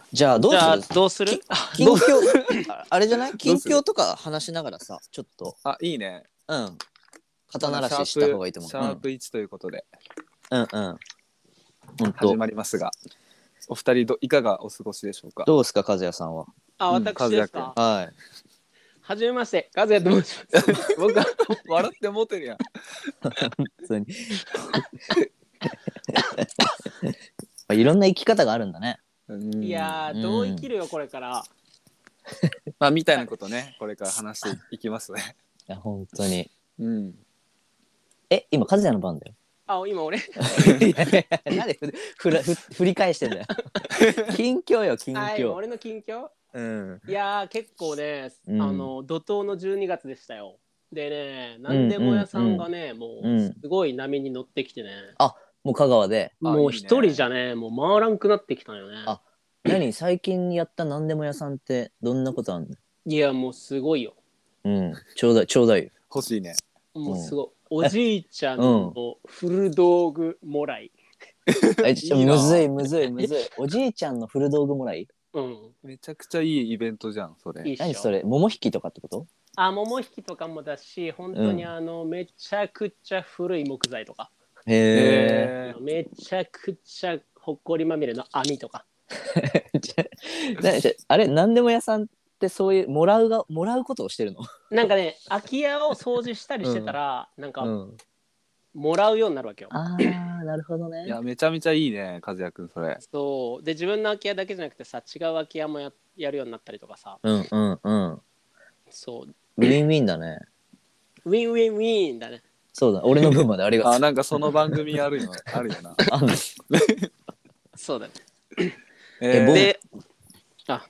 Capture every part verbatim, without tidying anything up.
じゃあどうじゃあするどうする？ 近況ああれじゃない近況とか話しながらさちょっとあ、いいね。 うん肩慣まだシャーらしした方プがいいと思う。 シャープいちということでうんうんうん本当始まりますが、お二人どいかがお過ごしでしょうか。 どうですか和也さんは。 あ、 うん私ですか。 はいはじめまして、和也と申します。 僕は笑ってモテるやん。 普通にいろんな生き方があるんだね。 うんいやー、どう生きるよこれから。 まあみたいなことね、これから話していきますね。 いや本当にうん。 え今和也の番だよ。 あ、今俺。 いやいやなんでふふらふ振り返してんだよ。近況よ近はい、 況。 俺の近況。 うんいやー、結構ね、 うんあの怒涛のじゅうにがつでしたよ。でね、なんでも屋さんがね、もううんすごい波に乗ってきてね。 あもう香川で。 もう一人じゃね、もう回らんくなってきたんよね。 あ何最近やった何でも屋さんってどんなことあんの？ いや、もうすごいよ。 うんちょうだいちょうだいよ。 欲しいね。 もうすごい。おじいちゃんの古道具もらい。 えちょいいなむずいむずいむずい。おじいちゃんの古道具もらい？ うん。 めちゃくちゃいいイベントじゃんそれ。 いいっしょ。 何それ桃引きとかってこと？ あ、桃引きとかもだし、本当にあの、めちゃくちゃ古い木材とか、 へへめちゃくちゃほっこりまみれの網とか。 え。あれ何でも屋さんってそういうもらうがもらうことをしてるの？ なんかね、空き家を掃除したりしてたら、なんか、 うん。 もらうようになるわけよ。 ああなるほどね。 いやめちゃめちゃいいね、和也くんそれ。 そう。で、自分の空き家だけじゃなくてさ、違う空き家も や, やるようになったりとかさ。 うんうんうん。 そう。 ウィンウィンだね。 ウィンウィンウィンだね。 そうだ俺の分までありがとう。 あ、なんかその番組あるよあるよな。 あんのそうだね。 えボブで、あ、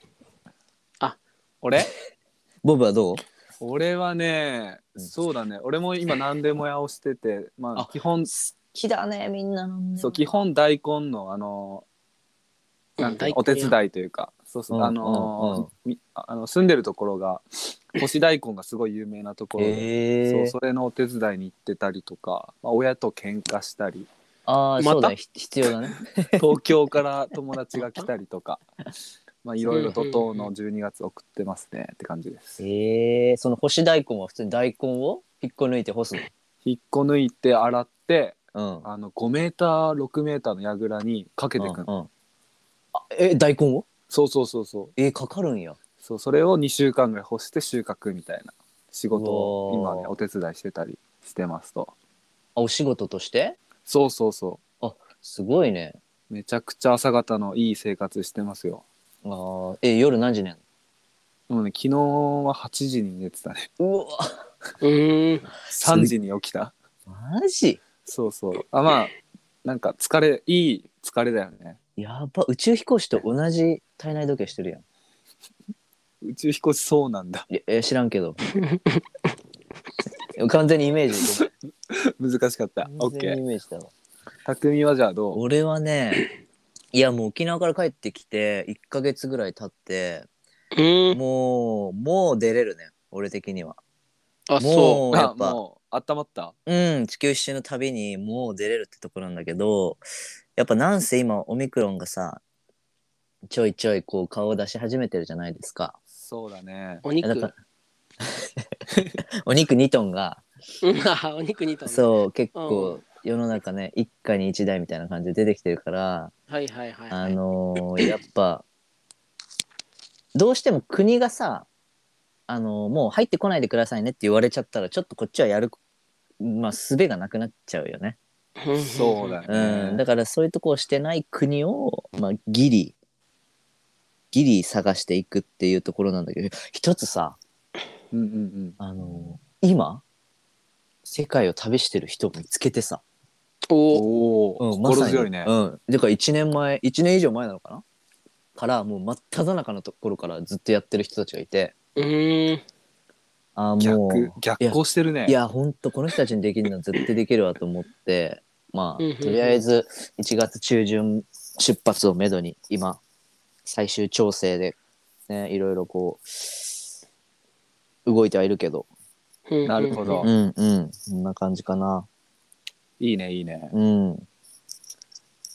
俺ボブはどう？ 俺はね、 うんそうだね。俺も今何でも屋をしてて、まああ基本好きだねみんな飲んで。 そう基本大根のあのなんていうの、 うんお手伝いというか、そうそう、 うんあのーうんうんみあの住んでるところが干し大根がすごい有名なところで、 へーそうそれのお手伝いに行ってたりとか、まあ、親と喧嘩したり、 ああ、 またそうだねひ必要だね。 東京から友達が来たりとか、まあいろいろ怒涛のじゅうにがつ送ってますねって感じです。 ええー、その干し大根は普通に大根を引っこ抜いて干すの？ 引っこ抜いて洗って、 うんあのごメーターろくメーターの櫓にかけていくの、 うんうん、あえ大根を？ そうそうそうそう、 えー、かかるんや。 そうそれをにしゅうかんぐらい干して収穫みたいな仕事をうわー今ねお手伝いしてたりしてますと。 あお仕事として？ そうそうそあすごいね。 う、めちゃくちゃ朝方のいい生活してますよ。 あーえ夜何時ねんもうね、昨日ははちじに寝てたね。 の？うわうーん。 さんじに起きた。 マジそうそう。あ、まあなんか疲れ、いい疲れだよね。 やば宇宙飛行士と同じ体内時計してるやん。 宇宙飛行士そうなんだ。 いやえ知らんけど完全にイメージ難しかった。オ完全にイッケー。 メージだわ。 匠はじゃあどう？ 俺はねいやもう沖縄から帰ってきていっかげつぐらい経ってうーん。 もうもう出れるね俺的には。 あ、そあ、 もうやっぱもう温まった。 うん地球一周の旅にもう出れるってところなんだけどやっぱなんせ今オミクロンがさちょいちょいこう顔を出し始めてるじゃないですか。 そうだね。 う。お肉。 だからお肉にトンがうんあお肉にとね。 そう結うん構世の中ね一家に一台みたいな感じで出てきてるからはいはいはい、はい。 あのーやっぱどうしても国がさあのーもう入ってこないでくださいねって言われちゃったらちょっとこっちはやるまあ術がなくなっちゃうよね。 そうだよね。 うん、だからそういうとこをしてない国を、まあ、ギリギリ探していくっていうところなんだけど一つさ、 うんうんうん。 あのー今世界を旅してる人を見つけてさ、 おおお、 うん、まさに心強いね。 うん、だからいちねんまえいちねん以上前なのかなからもう真っ只中のところからずっとやってる人たちがいてうーん。 あーもう逆逆行してるね。 いやほんとこの人たちにできるのは絶対できるわと思ってまうんうんうんあとりあえずいちがつ中旬出発をめどに今最終調整でねいろいろこう動いてはいるけどなるほどうんうんそんな感じかな。 いいねいいね。 うん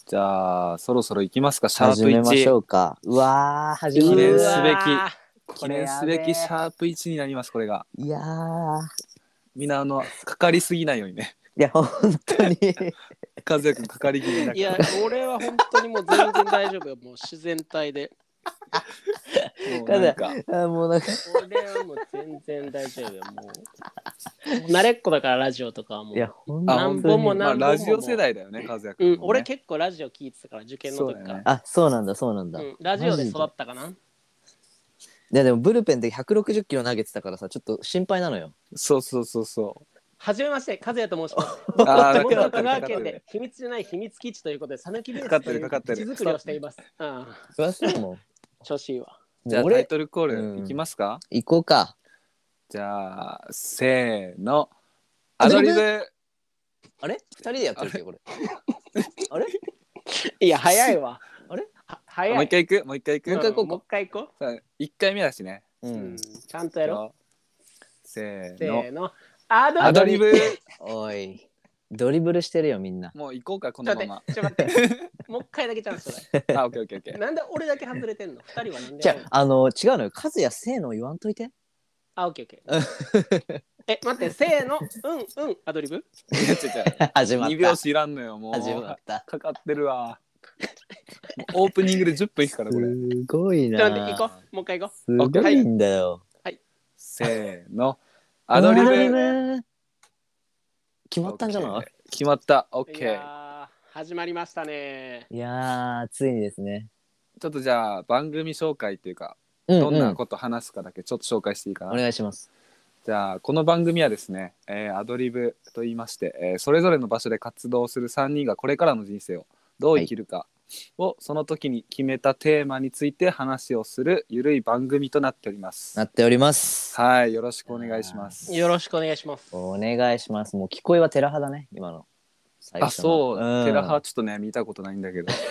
じゃあそろそろ行きますか。シャープ始めましょいち。 うか。うわー始ま記念る。 すべきうわ記念すべきシー。 ャープいちになります。これがいやーみんなあのかかりすぎないようにね。 いや本当に和也くんかかり気味だーいやから俺は本当にもう全然大丈夫よ。もう自然体で。 もうなんかあもうなんか俺はもう全然大丈夫よ。もうもう慣れっこだからラジオとかはもう。 いや本あ何当に本も何本もまあラジオ世代だよね和也くんもね。 うん、俺結構ラジオ聞いてたから受験の時から。 そうだよねあそうなんだそうなんだ、 うん、ラジオで育ったかな。 いやでもブルペンでひゃくろくじゅっキロ投げてたからさちょっと心配なのよ。 そうそうそうそはじめまして、和也と申します。 う。あー地元香かかってる川県で秘密じゃない秘密基地ということで、讃岐ベースかかってというるかかってる基地作りをしています。ああ、 詳しいもん。 調子いいわ。 じゃあもう俺タイトルコーうんルいきますか。 行こうか。 じゃあせーのアドリブ。 あれ二人でやってるっけこれ。あれいや、早いわ。 あれは早い。 もう一回行くもう一回行くもう一回行こうかもう一回行こさあ一回目だしね。 うう。うん、 ん。 ちゃんとやろせう。 ーのせーの。アドアドリブ。 おいドリブルしてるよみんな。 もう行こうかこちょのまっと待って、ちょっと待って。もう一回だけチャンスちょうだい。 ま。あオッケーオッケーオッケー。 なんで俺だけ外れてんの？二人はなんで？ じゃああの違うのよ。和也せーの言わんといて。 あ、オッケーオッケー。え、待って、せーの。うんうん、アドリブ？ いや違う違う始まった。 にびょうしいらんのよもう。 始まった。 かかってるわ。オープニングでじゅっぷんいくからこれ。 すごいちょっと待って、 な。 行こう。もう一回行こすごいんだよ。 せーのアドリブ。 ブ。決まったんじゃない？ オッケー決まったオッう。いケー。 やー、始まりましたね。 いやーついにですね。 ちょっとじゃあ番組紹介っていうかうんどんなこと話すかだけちょっと紹介していいかな。 お願いします。 じゃあこの番組はですね、えーアドリブと言いまして、えーそれぞれの場所で活動するさんにんがこれからの人生をどう生きるかを、その時に決めたテーマについて話をするゆるい番組となっておりますな。っております。 はいよろしくお願いします。 よろしくお願いします。 お願いします。もう聞こえはテラハだね今の。最あ初のそう、 んテラハちょっとね見たことないんだけど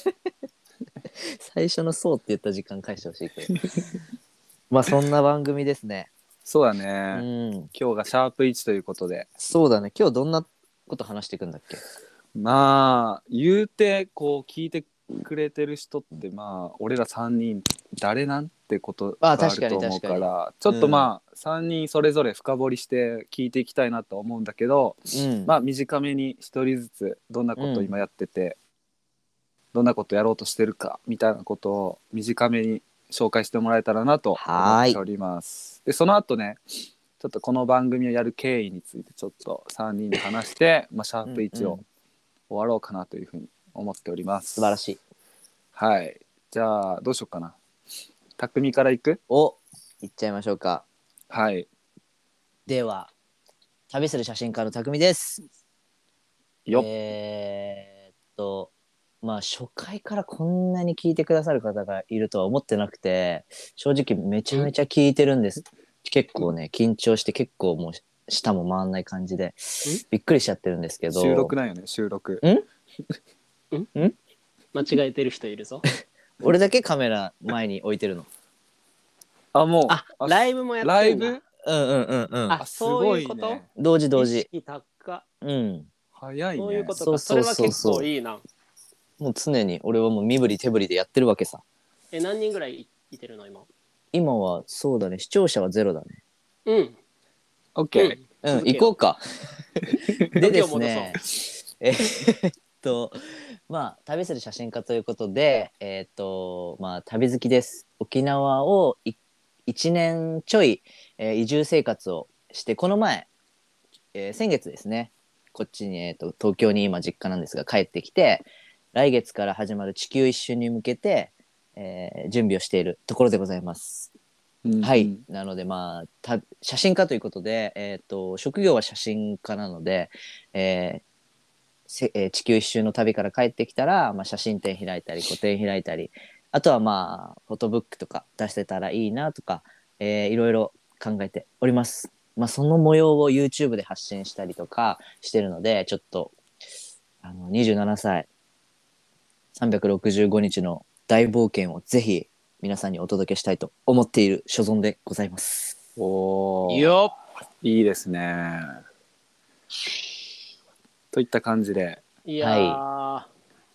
最初のそうって言った時間返してほしいけど。まあそんな番組ですね。 そうだうね、 ん。 今日がシャープいちということでそうだね。今日どんなこと話していくんだっけ？ まあ言うてこう聞いてくれてる人ってまあ俺らさんにん誰なんてことがあるあ確かにと思うか確からちょっとまあさんにんそれぞれ深掘りして聞いていきたいなと思うんだけど、 うん。 まあ短めにひとりずつどんなことを今やってて、どんなことやろうとしてるかみたいなことを短めに紹介してもらえたらなと思っております。でその後ねちょっとこの番組をやる経緯についてちょっとさんにんで話して、まあ、シャープいちをうんうん終わろうかなというふうに思っております。 素晴らしい。 はい。じゃあどうしようかな。匠から行く？ お行っちゃいましょうか。 はい。 では旅する写真家の匠です。 よっ。 えー、っとまあ初回からこんなに聞いてくださる方がいるとは思ってなくて正直めちゃめちゃ聞いてるんです。結構ね緊張して結構もう舌も回んない感じでびっくりしちゃってるんですけど。 収録なんよね収録。 んん間違えてる人いるぞ。 俺だけカメラ前に置いてるの。 あもうあ、ライブもやってライんだ。 ブ？ うんうんうんうんあ、 すそごいういうこと？ ね。 同時同時。 意識高。 うん早いね。 そういうことか。 そうそれはそうそうそう結構いいな。 もう常に俺はもう身振り手振りでやってるわけさ。 え、何人ぐらいいいてるの今？ 今はそうだね視聴者はゼロだね。 うん。 オッケー。 うん続けよ行こうか。でです時をねえーっとまあ旅する写真家ということでえーっとまあ旅好きです。沖縄をいいちねんちょい、えー移住生活をしてこの前、えー先月ですねこっちに、えーっと東京に今実家なんですが帰ってきて来月から始まる地球一周に向けて、えー準備をしているところでございます。 うんはい、なのでまあた写真家ということで、えー、と職業は写真家なので、えーせえー地球一周の旅から帰ってきたら、まあ、写真展開いたり個展開いたりあとはまあフォトブックとか出せたらいいなとか、えーいろいろ考えております。まあ、その模様を YouTube で発信したりとかしてるのでちょっとあのにじゅうななさいさんびゃくろくじゅうごにちの大冒険をぜひ皆さんにお届けしたいと思っている所存でございます。 おーよっ。 いいですね。といった感じでいやー、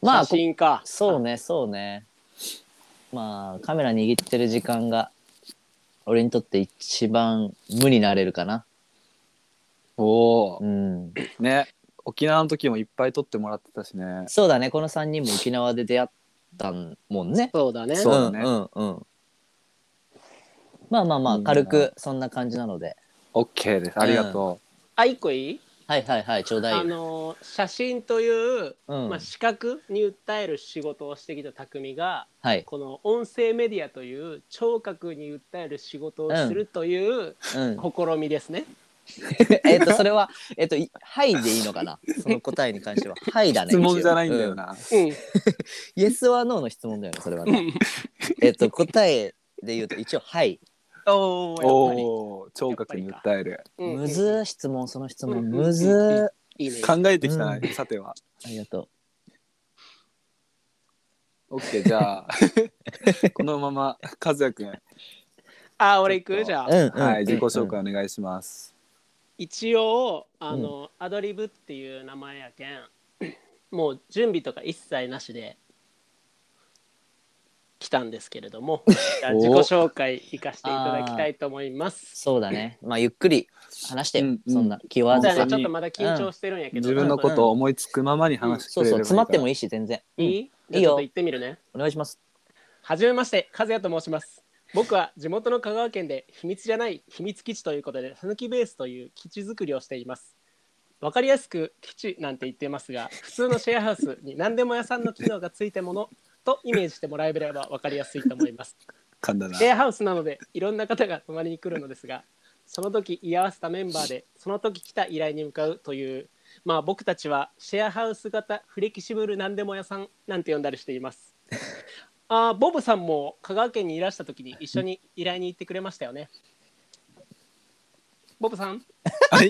まあ写真か。 そうねそうね。まあカメラ握ってる時間が俺にとって一番無になれるかな。 おお、 うんね、沖縄の時もいっぱい撮ってもらってたしね。 そうだね、このさんにんも沖縄で出会ったもんね。 そうだね。 そうだねうんうんうん。まあまあまあいいな軽くそんな感じなので。 オッケーです。ありがとあ、一個いい？ はいはいはいちょうだいあよ。 の写真という、 うんまあ、視覚に訴える仕事をしてきた匠が、 はいこの音声メディアという聴覚に訴える仕事をするといううん。 試みですね。 えっとそれはえっといはいでいいのかな。その答えに関してははいだう。 ね。 質問じゃないんだ一応。 よな。 うん。 イエスはノーの質問だよねそれはね。 うん。 えっと答えで言うと一応はい。 おお、やっぱり。 おお、聴覚に訴える。 うんうんむずー質問その質問うんむずー。 いいね。 考えてきたな、 うんさては。 ありがとオッケー、じゃあこのまま和也くん、 あ、俺行ちょっとくじゃあ。 う。うんうんはい、自己紹うん介お願いします。 一応あの、アドリブっていう名前やけん、もう準備とか一切なしで来たんですけれども、じゃあ自己紹介いかせていただきたいと思います。 そうだね。まあゆっくり話してよ、 うんうんそんな気負わずだね、 本当にちょっとまだ緊張してるんやけど、 自分のことを思いつくままに話してそうそうくれればいいい。 詰まってもいいし全然。 いい？ いいよじゃあちょっと言ってみるね。 お願いします。 はじめまして、和也と申します。僕は地元の香川県で秘密じゃない秘密基地ということで、さぬきベースという基地作りをしています。わかりやすく基地なんて言っていますが、普通のシェアハウスに何でも屋さんの機能がついたものとイメージしてもらえればわかりやすいと思います。 噛んだなシ。ェアハウスなのでいろんな方が泊まりに来るのですが、その時居合わせたメンバーでその時来た依頼に向かうという、まあ僕たちはシェアハウス型フレキシブル何でも屋さんなんて呼んだりしています。あ、ボブさんも香川県にいらした時に一緒に依頼に行ってくれましたよね。ボブさん。 はい。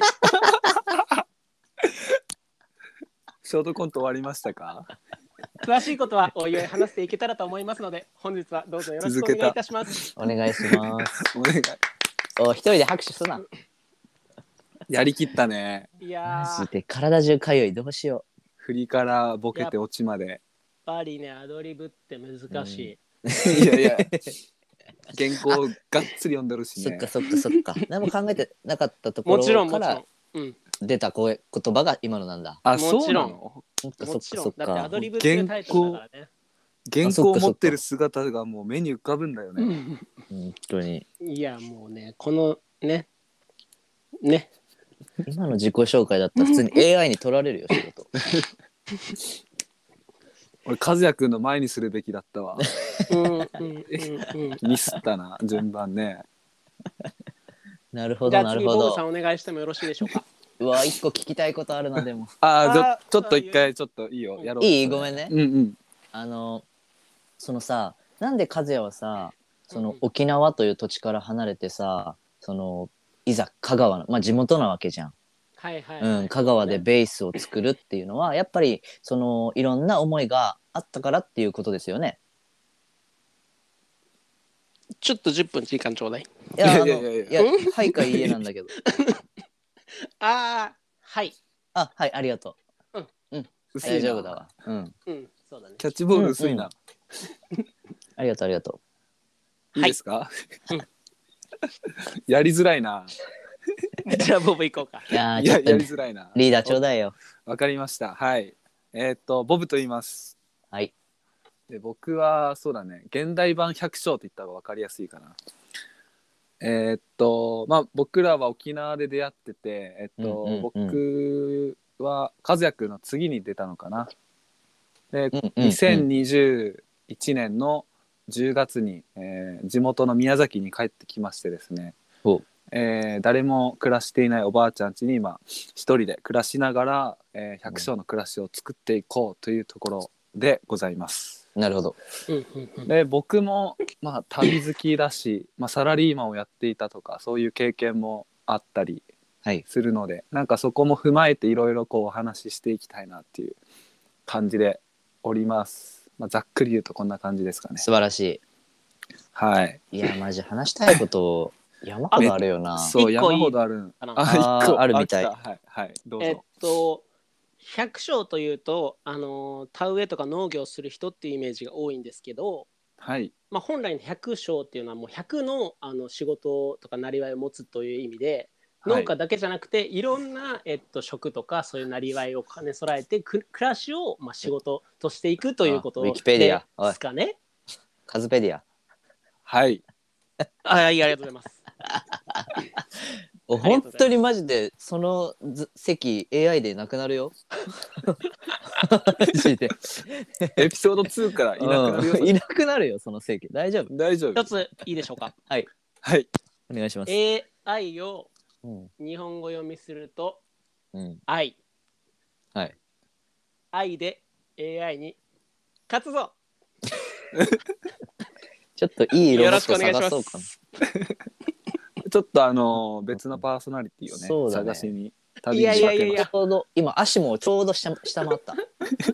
ショートコント終わりましたか？ 詳しいことはおいおい話していけたらと思いますので、本日はどうぞよろしくお願いいたします。 お願いしますお願い。 お一人で拍手すな。 やりきったね。 いやー、やっマジで体中かゆいどうしよ振りからボケてオチまで。 ぱりね、アドリブって難しい。 いやいや。原稿がっつり読んでるう。 しねそっか。そっかそっか。何も考えてなかったとこもちろろからんもちろん。うん、 出た声言葉が今のなんだ。 あ、 もそうちろなんの？ そっかそっもちろん。 かそっだってアか。 ドリブっていうタイトルだからね。 原稿を持ってる姿がもう目に浮かぶんだよね。 本当に。 いやもうね、このね、ね、 今の自己紹介だったら普通に エーアイ に取られるよ仕事。 俺和也くんの前にするべきだったわ。 うんうんうんうん。 ミスったな、順番ね。 なるほじゃどなるほあ次ボブさんど。 お願いしてもよろしいでしょうか。 うわ一個聞きたいことあるなでも。 あーちょあーちょっと一回ちょっといいよ、やろう。 いいごめんね。 うんうん。 あのそのさなんで和也はさそうんうんの沖縄という土地から離れてさそのいざ香川のまあ地元なわけじゃん。 はいはい、 うん、香川でベースを作るっていうのはやっぱりそのいろんな思いがあったからっていうことですよね。 ちょっとじゅっぷん時間ちょうだい。 いやあのいやいやいやいやはいかいいえなんだけど。 ああ、はい。 あはいありがとう。 薄いな大丈夫だわ。うんうん、そうだね。 キャッチボール薄いな。 ありがとうありがといいですか？やりづらいな。 じゃあボブ行こうか。 う。いやーいや、 ちょっとやりづらいな。 リーダーちょうだいよ。 わかりました。はい。えーっと、ボブと言います。 はい。 で、僕は、そうだね、現代版百姓って言った方がわかりやすいかな。えーっと、まあ、僕らは沖縄で出会ってて、えっと、 うんうんうん僕は和也くんの次に出たのかな。で、 うんうんうんにせんにじゅういちねんのじゅうがつに、えー地元の宮崎に帰ってきましてですね、 おえー誰も暮らしていないおばあちゃん家に今一人で暮らしながら、えー百姓の暮らしを作っていこうというところでございます。 なるほど。 うんうんうん。 で僕も、まあ、旅好きだし、まあ、サラリーマンをやっていたとかそういう経験もあったりはい。 するので、なんかそこも踏まえていろいろこうお話ししていきたいなっていう感じでおります。まあ、ざっくり言うとこんな感じですかね。 素晴らしはい。 い。いやマジ話したいこと山ほどあるよな。 そう一個いい山ほどあるん。 かなあ一個あーあるみたいあ来たはいはいどうぞ。 えっと、 百姓というと、あの田植えとか農業をする人っていうイメージが多いんですけど、 はいまあ、本来の百姓っていうのはもうひゃくの、あの仕事とかなりわいを持つという意味で、 はい農家だけじゃなくていろんな、えっと、職とかそういうなりわいを兼ね備えてく暮らしを、まあ、仕事としていくということあウィキペディアおいですかね。 カズペディア。 はいあ、はい、ありがとうございます。 お本当にマジでそのず席 エーアイ でなくなるよ。マジで。 エピソードツーからいなくなるよ、 うんいなくなるよその席。大丈夫。 大丈夫一ついいでしょうか。 はいはいお願いします。 エーアイ をうん日本語読みするとうん愛はい愛で エーアイ に勝つぞ。 ちょっといいロボよろットしくお願いしま探そうかな。 す。 ちょっとあのー別のパーソナリティをねそうだね探しに旅いやに出かけまいやいやいやちょうど今足もちょうど下下回った。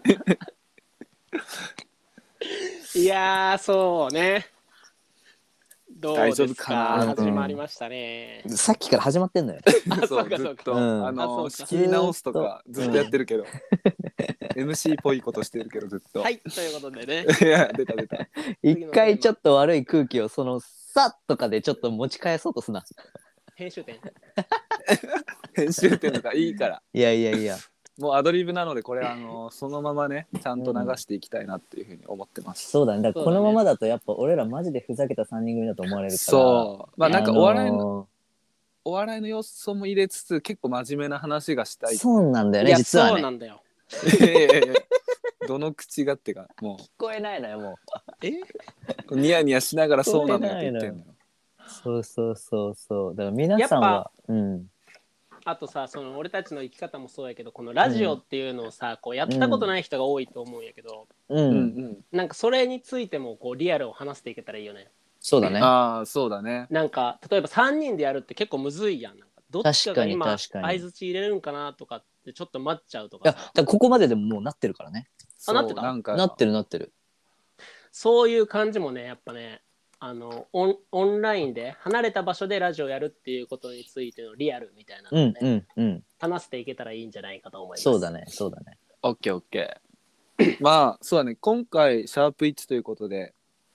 いやーそうね。どう大丈夫ですか。 かな始まりましたね。 さっきから始まってんのよ。 あそうそうかそうかずっと、 うんあのーあそうか仕切り直すとかずっとずっとやってるけど、エムシー っぽいことしてるけどずっと、 はい、ということでね。 いや出た出た一回ちょっと悪い空気をそのさっとかでちょっと持ち返そうとすな。 編集点。 編集点とかいいからいやいやいや。 もうアドリブなのでこれあのーそのままねちゃんと流していきたいなっていうふうに思ってます、 そうだね。だからこのままだとやっぱ俺らマジでふざけたさんにん組だと思われるから。 そうまあなんかお笑いの、 あのお笑いの要素も入れつつ結構真面目な話がしたいーそうなんだよねいや実はね。 そうなんだよ。 いやいやいやどの口がってかも聞こえないのよもえうニヤニヤしながらそうなのよって言ってんのよう。そうそうそうそう。だから皆さんはうんあとさ、その俺たちの生き方もそうやけど、このラジオっていうのをさ、こうやったことない人が多いと思うんやけど、 うん、 うんうんなんかそれについてもこうリアルを話していけたらいいよね。 そうだね。 ああそうだねなんか例えばさんにんでやるって結構むずいやん。なんかどっちかが今確かに確かに相づち入れるんかなとかってちょっと待っちゃうといやだかさ。 からここまででももうなってるからね。 そうなってたなんかなってるなってる。 そういう感じもね、やっぱね、あのオン、オンラインで離れた場所でラジオやるっていうことについてのリアルみたいなうんのをね、 うんうん。 話していけたらいいんじゃないかと思います。 そうだねそうだね。 オッケーオッケーまあそうだね今回シャープいちということで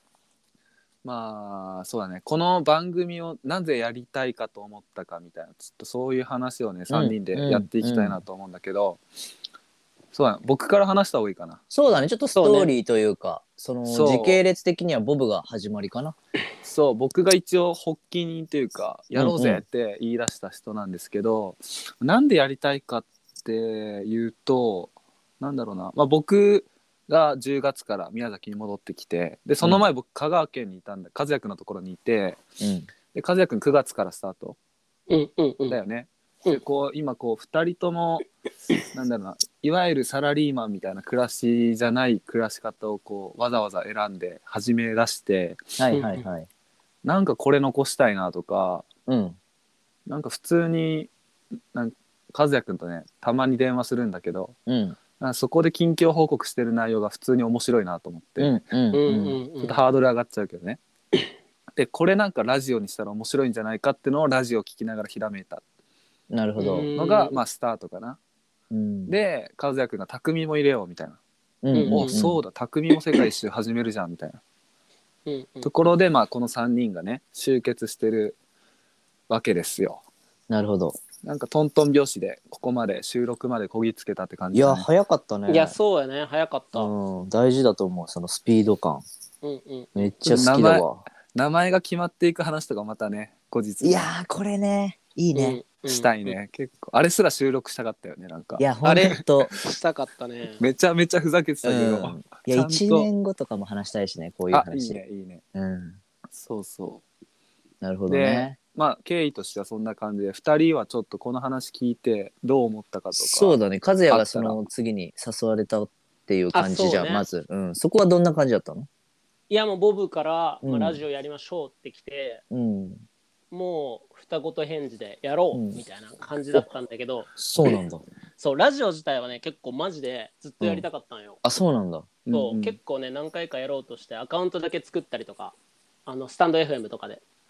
まあそうだねこの番組をなぜやりたいかと思ったかみたいなちょっとそういう話をねさんにんでやっていきたいなと思うんだけど、そうだね僕から話した方がいいかな。 そうだねちょっとストーリーというかそのそう時系列的にはボブが始まりかな。 そう僕が一応発起人というかやろうぜって言い出した人なんですけど、なんでやりたいかっていうとなんだろうな、まあ、僕がじゅうがつから宮崎に戻ってきてでその前僕香川県にいたんだ和也くんのところにいてうんで和也くんくがつからスタートうんうんうん。 だよね。 うんでこう今こうふたりともなんだろうないわゆるサラリーマンみたいな暮らしじゃない暮らし方をこうわざわざ選んで始め出してはいはいはい。 なんかこれ残したいなとかうんなんか普通になんか和也くんとねたまに電話するんだけどうんなんかそこで近況報告してる内容が普通に面白いなと思って、 うんうんうんうんうんうんちょっとハードル上がっちゃうけどね。でこれなんかラジオにしたら面白いんじゃないかっていうのをラジオを聞きながらひらめいたなるほど。 うんのが、まあスタートかな。 うんで和也くんが匠も入れようみたいな、 うんうんおそうだ匠も世界一周始めるじゃんみたいなうんうんところで、まあこのさんにんがね集結してるわけですよ。 なるほど。 なんかトントン拍子でここまで収録までこぎつけたって感いやじだね。 早かったね。 いやそうやね、早かった。うんうん大事だと思うそのスピード感。 うん。 めっちゃ好きだわ。 名前が決まっていく話とかまたね後日いやーこれねいいね。 うんしたいね、結構あれすら収録したかったよねなんかいやほんあれと。 したかったね。 めちゃめちゃふざけてたけど、 うんいやちゃんといちねんごとかも話したいしねこういうあいい話。 ねいいねうんそうそなるほうで、 どね。 まあ経緯としてはそんな感じでふたりはちょっとこの話聞いてどう思ったかとかそうだね和也あったらがその次に誘われたっていう感じじゃん、 あそうねまず、うん、そこはどんな感じだったの？ いやもうボブから、 うんまあ、ラジオやりましょうってきて、 うんもう二言返事でやろううんみたいな感じだったんだけど、 そうなんだ。 そうラジオ自体はね結構マジでずっとやりたかったんよ。 あそうなんだ。 そう、 んん結構ね何回かやろうとしてアカウントだけ作ったりとか、あのスタンド エフエム とかで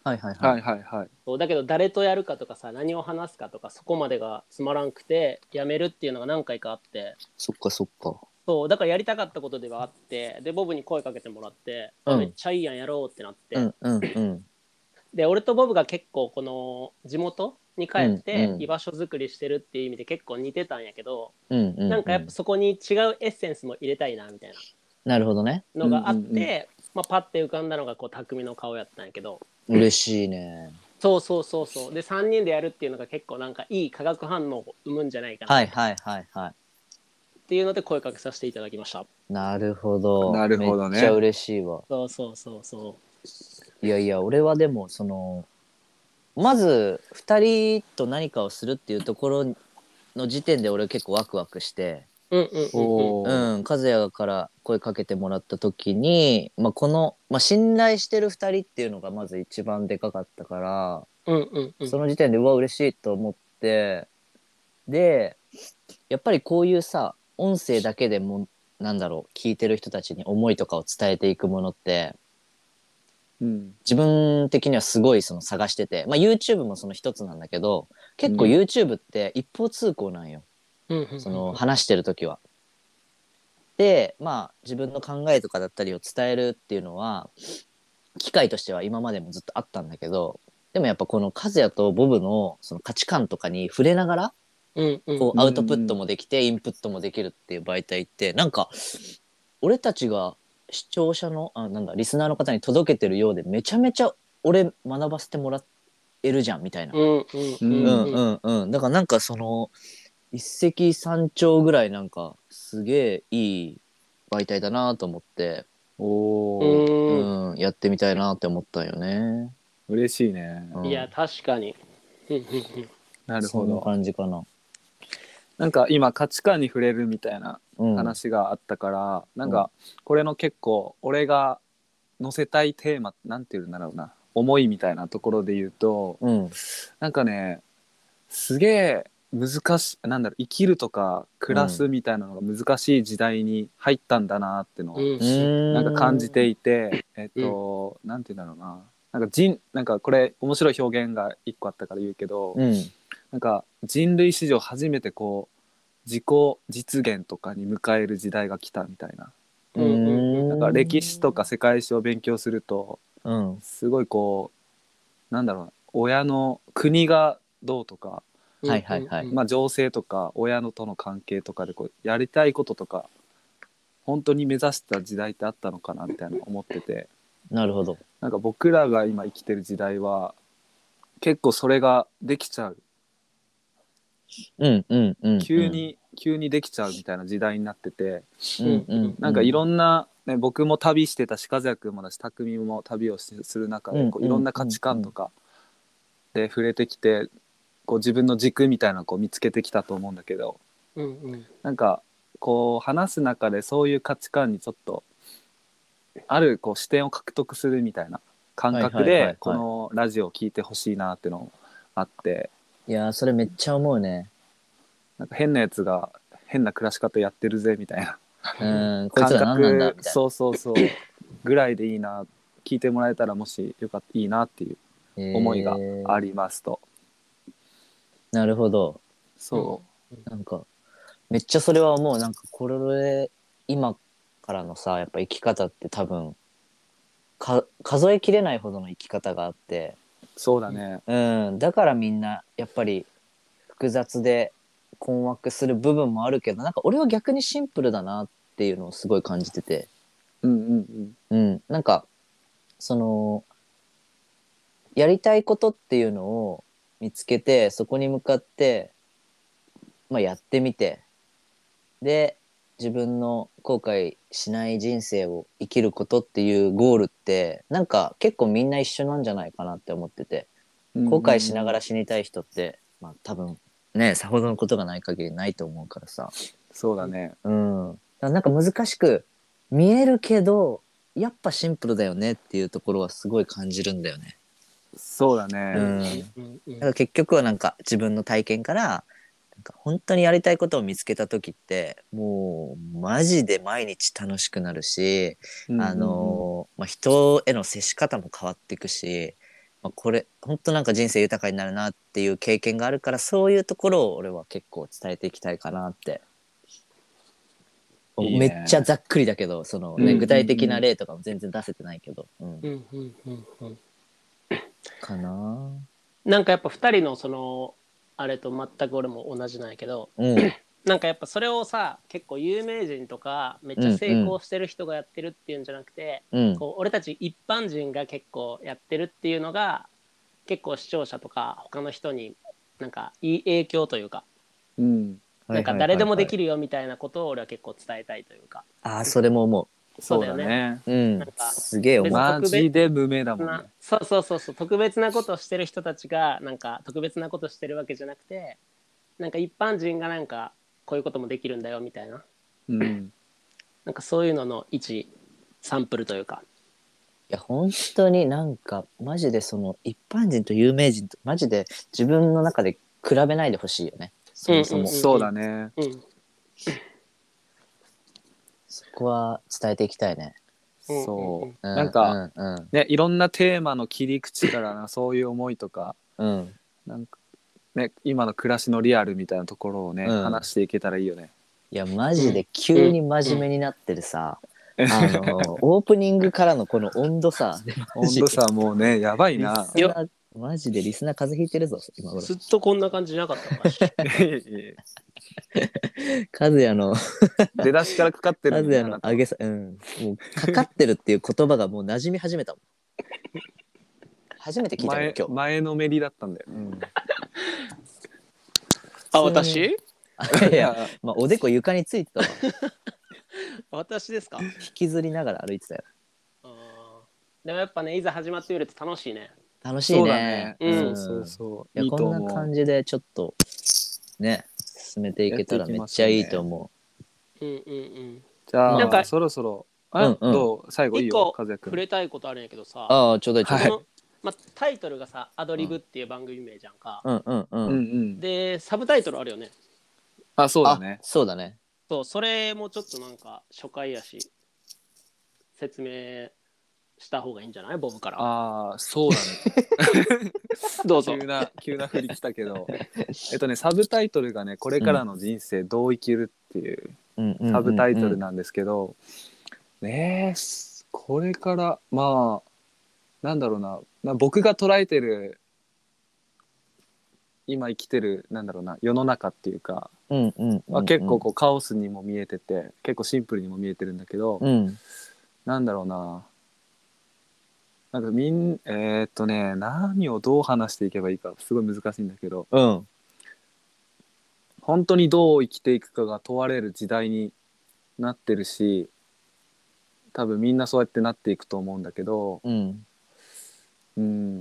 はいはいはい。 はいはいはい。 そうだけど誰とやるかとかさ、何を話すかとか、そこまでがつまらんくてやめるっていうのが何回かあって、 そっかそっか。 そうだからやりたかったことではあって、でボブに声かけてもらって、 うんあめっちゃいいやんやろうってなって、 うんうんうんで俺とボブが結構この地元に帰っうんうんて居場所作りしてるっていう意味で結構似てたんやけど、 うんうんなんかやっぱうん。 そこに違うエッセンスも入れたいなみたいななるほどね。 のがあっうんうんうんて、まあ、パッて浮かんだのがこう匠の顔やったんやけど、 嬉しいね。 そうそうそうそうでさんにんでやるっていうのが結構なんかいい化学反応を生むんじゃないかなはいはいはいはい。 っていうので声かけさせていただきました。 なるほど。 なるほどねめっちゃ嬉しいわ。 そうそうそうそいやいや、俺はでも、その、まず、二人と何かをするっていうところの時点で俺結構ワクワクして、 う。うんうんうんうん。 おーうん、和也から声かけてもらった時に、まあ、この、まあ、信頼してる二人っていうのがまず一番でかかったから、 うんうんうん。 その時点でうわ嬉しいと思って、でやっぱりこういうさ音声だけでもなんだろう聞いてる人たちに思いとかを伝えていくものってうん自分的にはすごいその探してて、まあ、YouTube もその一つなんだけど結構うん YouTube って一方通行なんよ、 うんうんうん。 その話してる時は。でまあ自分の考えとかだったりを伝えるっていうのは機会としては今までもずっとあったんだけど、でもやっぱこの和也とボブのその価値観とかに触れながらうんうんこうアウトプットもできてインプットもできるっていう媒体ってなんか俺たちが視聴者のあなんだリスナーの方に届けてるようでめちゃめちゃ俺学ばせてもらえるじゃんみたいな。 うんうんううんんうんうん。だからなんかその一石三鳥ぐらいなんかすげえいい媒体だなと思っておうーん。 うんやってみたいなって思ったよね。 嬉しいね。 うんいや確かに。うんうんうん。 なるそんなほど。 感じかな。 なんか今価値観に触れるみたいなうん。 話があったから、なんかこれの結構俺が載せたいテーマなんていうんだろうな思いみたいなところで言うと、 うん。 なんかねすげえ難しいなんだろう生きるとか暮らすみたいなのが難しい時代に入ったんだなってのをうんうーん。 なんか感じていて、えっと、なんて言うんだろうななんか人なんかこれ面白い表現が一個あったから言うけど、 うん。 なんか人類史上初めてこう自己実現とかに迎える時代が来たみたいな。 うーん。 なんか歴史とか世界史を勉強するとうん。 すごいこうなんだろうな親の国がどうとか、 うん。 はいはいはいまあ、情勢とか親のとの関係とかでこうやりたいこととか本当に目指した時代ってあったのかなみたいな思ってて、 なるほど。 なんか僕らが今生きてる時代は結構それができちゃううんうんうん、うん。 急に急にできちゃうみたいな時代になってて、 うんうん、 なんかいろんな、ね、僕も旅してたし和也君もだし匠も旅をしする中でこういろんな価値観とかで触れてきてこう自分の軸みたいなのをこう見つけてきたと思うんだけど、 うんうん。 なんかこう話す中でそういう価値観にちょっとあるこう視点を獲得するみたいな感覚はいはいはいはいでこのラジオを聞いてほしいなっていうのがあって、 いやーそれめっちゃ思うね。 なんか変なやつが変な暮らし方やってるぜみたいなうんこいつら何なんだみたいな。 そうそうそうぐらいでいいな聞いてもらえたらもしよかったいいなっていう思いがありますと、 えー、なるほど。 そなんかめっちゃそれはもうなんかこれ今からのさやっぱ生き方って多分か数えきれないほどの生き方があって、 うそうだね、 うん、だからみんなやっぱり複雑で困惑する部分もあるけどなんか俺は逆にシンプルだなっていうのをすごい感じてて、 うんうんうん、なんかそのやりたいことっていうのを見つけてそこに向かって、まあ、やってみてで自分の後悔しない人生を生きることっていうゴールってなんか結構みんな一緒なんじゃないかなって思ってて、 うん後悔しながら死にたい人って、まあ、多分ねさほどのことがない限りないと思うからさ、 そうだね、 うん、だからなんか難しく見えるけどやっぱシンプルだよねっていうところはすごい感じるんだよね。 そうだね、 うんうんうんだから結局はなんか自分の体験からなんか本当にやりたいことを見つけた時ってもうマジで毎日楽しくなるし、 うんうんうんあのまあ、人への接し方も変わっていくしまあ、これ本当なんか人生豊かになるなっていう経験があるから、そういうところを俺は結構伝えていきたいかなって。 いいねめっちゃざっくりだけど、そのね、 うん具体的な例とかも全然出せてないけど、うんうんうんうんうん。 かな。 なんかやっぱふたりのそのあれと全く俺も同じなんやけど、 うんなんかやっぱそれをさ結構有名人とかめっちゃうん成功してる人がやってるっていうんじゃなくて、 うんこう俺たち一般人が結構やってるっていうのが結構視聴者とか他の人になんかいい影響というか、 うんなんか誰でもできる。 るよみたいなことを俺は結構伝えたいというか。 ああ、それも思そうそうだよね。 だね。 う。うんなんかすげえ思う。 別にマジで無名だもんねな。そうそうそうそう、特別なことをしてる人たちがなんか特別なことをしてるわけじゃなくて、なんか一般人がなんかこういうこともできるんだよみたいな、 うんなんかそういうのの一サンプルというか。 いや本当になんかマジでその一般人と有名人とマジで自分の中で比べないでほしいよね。そもそも、 うんうんうんそうだね。 うんそこは伝えていきたいね。 そう、 うん、 なんか、 うんうんね、いろんなテーマの切り口からなそういう思いとか、 うんなんかね、今の暮らしのリアルみたいなところをね、 うん話していけたらいいよね。 いやマジで急に真面目になってるさ、あのオープニングからのこの温度差温度差もうねやばいリな。 スナーマジでリスナー風邪ひいてるぞ今頃。 ずっとこんな感じじゃなかったのかし和也の出だしからかかって和るんだ也よあなたはの上げさ、うん、もうかかってるっていう言葉がもう馴染み始めたもん。初めて聞いたよ前今日。 前のめりだったんだよね。 うん、 あ、 普通に私あいや、まあ、おでこ床についてたわ。 私ですか。 引きずりながら歩いてたよ。 あーでもやっぱね、いざ始まってみると楽しいね。 楽しいそうだね。 ね。 うんそうそうそう。 いやいいとこんな思う。 感じでちょっとね進めていけたらめっちゃいいと思うんうんうん。 じゃあ、 なんかそろそろあ、 うんうんどう最後いいよ一個和也くん。 触れたいことあるんやけどさ、 う。ああちょうだいちょうだい。 この、ま、タイトルがさアドリブっていう番組名じゃんか、 うんうんううんうんん。 でサブタイトルあるよね。 あ、そうだあね。 そうだね。 そう、それもちょっとなんか初回やし説明した方がいいんじゃない、ボブから。 ああ、そうだね。 どうぞ。 急な急な振り来たけど、えっとねサブタイトルがねこれからの人生どう生きるっていううんうんうんうんサブタイトルなんですけど、ねえすこれからまあなんだろうな、な僕が捉えてる今生きてるなんだろうな世の中っていうか、 うんうんうんうんは結構こうカオスにも見えてて結構シンプルにも見えてるんだけど、 うんなんだろうな、なんかみんえーっとね何をどう話していけばいいかすごい難しいんだけど、 うん本当にどう生きていくかが問われる時代になってるし、多分みんなそうやってなっていくと思うんだけど、 うんうん、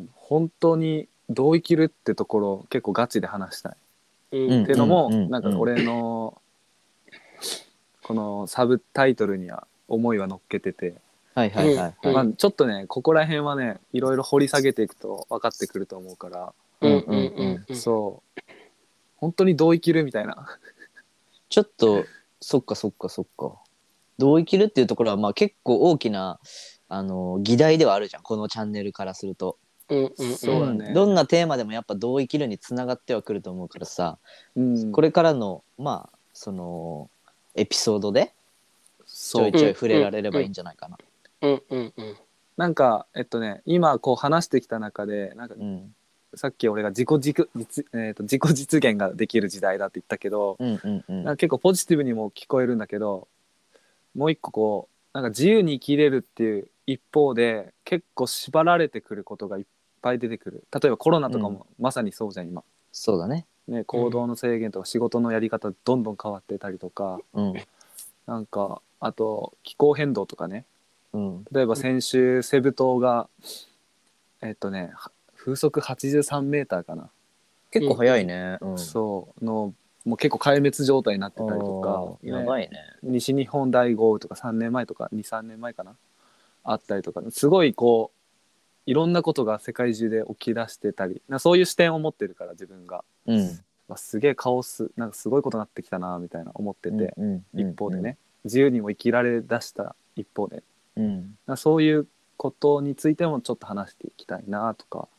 本当にどう生きるってところ結構ガチで話したい、 うんっていうのも、 うんうんなんか俺のこのサブタイトルには思いは乗っけてて、 はいはいはいうんはい。 まあ、ちょっとねここら辺はねいろいろ掘り下げていくと分かってくると思うから、 うんうんうんうん。 そう本当にどう生きるみたいな。 ちょっとそっかそっかそっか。どう生きるっていうところはまあ結構大きなあの議題ではあるじゃんこのチャンネルからすると。 うんうんうん。 そうだね、 んどんなテーマでもやっぱどう生きるにつながってはくると思うからさ、 うん、 これからのまあそのエピソードでちそうょいちょい触れられればいいんじゃないかな。 うんうんうん。 なんかえっとね今こう話してきた中でなんかうんさっき俺が自己実実、えーと自己実現ができる時代だって言ったけど、 うんうんうんなんか結構ポジティブにも聞こえるんだけど、もう一個こうなんか自由に生きれるっていう一方で結構縛られてくることがいっぱい出てくる。例えばコロナとかもまさにそうじゃん今、 そうだね。 ね、行動の制限とか仕事のやり方どんどん変わってたりとか、 うんなんかあと気候変動とかね、 うん例えば先週セブ島がえっとね風速はちじゅうさんメーターかな、 結構早いね。うん。 そうのもう結構壊滅状態になってたりとか、 あーやばいね。 西日本大豪雨とかさんねんまえとかにさんねんまえかなあったりとか、すごいこういろんなことが世界中で起き出してたり、なそういう視点を持ってるから自分が、 うん。 わすげえカオスなんかすごいことになってきたなみたいな思ってて、 うんうんうん一方でね、自由にも生きられだした一方で、 うん。 なそういうことについてもちょっと話していきたいなとか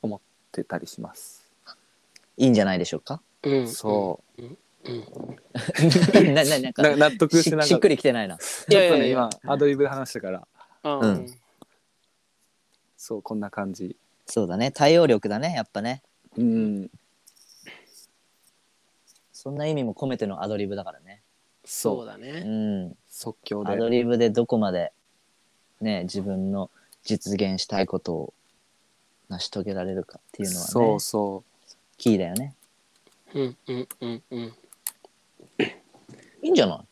思ってたりします。 いいんじゃないでしょうか。 うんそううんうんなななんかな納得しなかった。 ししっくりきてないな。 いやいちょっとねやいや今アドリブで話したからうんうんそうこんな感じ。 そうだね、対応力だね、やっぱね。 うんそんな意味も込めてのアドリブだからね。 そううそうだねん。 即興でアドリブでどこまでね、自分の実現したいことを成し遂げられるかっていうのはね、 そうそキーだよね。 うんうんうんうんいいんじゃない？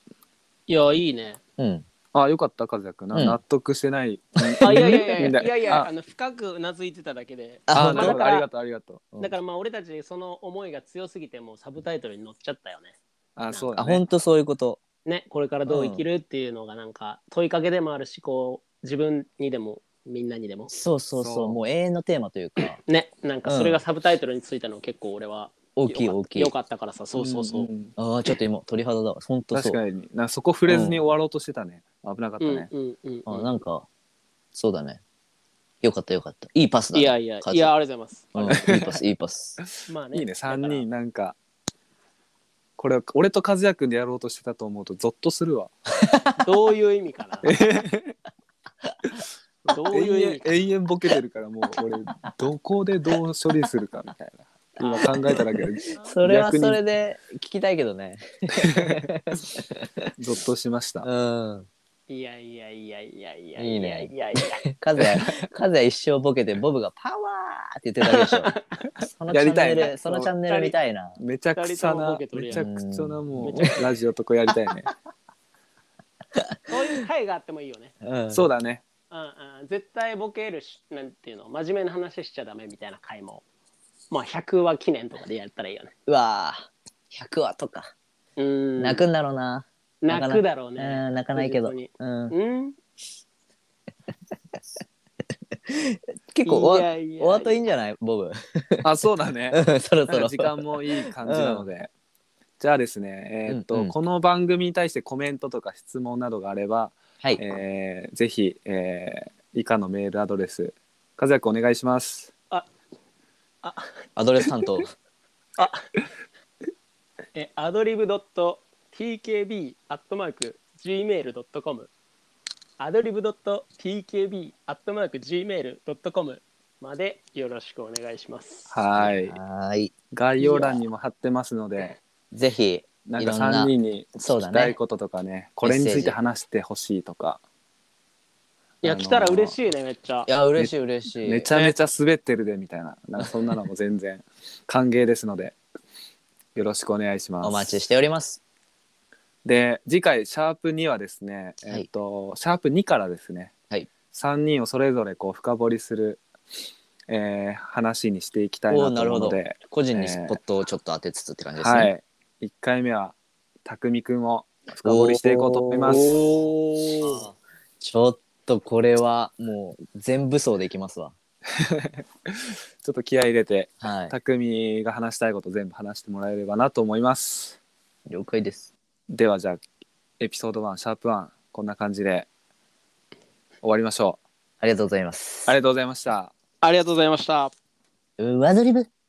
いやいいねうん。 う。あよかった和也くんな、 うん納得してない。 あいやいやいやいみんなやいやいやああの深くうなずいてただけであ、 あ本当なるほどありがとうありがとう。 うんだからまあ俺たちその思いが強すぎてもうサブタイトルに載っちゃったよねあ、 あそうだね。 本当そういうこと。 ねこれからどう生きるっていうのがなんか問いかけでもあるしこう自分にでもみんなにでもそうそうそう、 そうもう永遠のテーマというか、 ねなんかそれがサブタイトルについたの結構俺は大きい大きい。 よかったからさそうそうそう、 んんああ、ちょっと今鳥肌だわ。本当そう。 確かになそこ触れずに終わろうとしてたね。危なかったうんね。 うんうんあ、なんかそうだね。よかったよかった。いいパスだね。 いやいやカズいやありがとうございます、 うん、いいパスいいパス。 まあねいいねさんにんだかなんかこれ俺と和也くんでやろうとしてたと思うとゾッとするわ。 らどういう意味かなどういう意味か永遠永遠ボケてるからもう俺どこでどう処理するかみたいな今考えただけでそれは逆にそれで聞きたいけどね。 ゾッとしました。 うん。 いやいやいやいやいやいいねいやいやカズヤ、カズヤ一生ボケてボブがパワーって言ってるだけでしょ。そのチャンやりたいねネル、そのチャンネル見たいな。 めちゃくちゃ二人ともなボケとるやんめちゃくちゃなもめちゃうラジオとかやりたいね。 そういう回があってもいいよねうん。 そうだね。 うんうん絶対ボケるしなんていうの真面目な話しちゃダメみたいな回もまあひゃくわ記念とかでやったらいいよねうわぁ、ひゃくわとか。 うーん泣くんだろうな。 泣くだろうねうん、泣かないけど。 確実にうん。 うん結構おわいやいやお後いいんじゃないボブ。 あそうだね。 うんそろそろ。 なんか時間もいい感じなので、じゃあですねえーっと、 うんうんこの番組に対してコメントとか質問などがあれば、 はい。 えーぜひ、えー以下のメールアドレス和也くんお願いします。 アドレス担当。 えアドリブドット ティーケービー アットマーク ジーメールドットコム アドリブドット ティーケービー アットマーク ジーメールドットコム までよろしくお願いしますはいはーい。 概要欄にも貼ってますのでぜひ、 なんかいろんなさんにんにそうだね聞きたいこととかねこれについて話してほしいとかいや、 あのー来たら嬉しいねめっちゃいや、嬉しい嬉しい。 めちゃめちゃ滑ってるでみたいななんかそんなのも全然歓迎ですのでよろしくお願いします。 お待ちしております。 で次回シャープにはですね、えーとシャープにからですね、 はい、 さんにんをそれぞれこう深掘りする、えー話にしていきたいなと思うので、 個人にスポットをちょっと当てつつって感じですね。 はいいっかいめはたくみくんを深掘りしていこうと思います。 おーちょっとこれはもう全部層でいきますわ。 ちょっと気合い入れてはい。 たくみが話したいこと全部話してもらえればなと思います。 了解です。 ではじゃあエピソードいちシャープいちこんな感じで終わりましょう。 ありがとうございます。 ありがとうございました。 ありがとうございましたうアドリブ。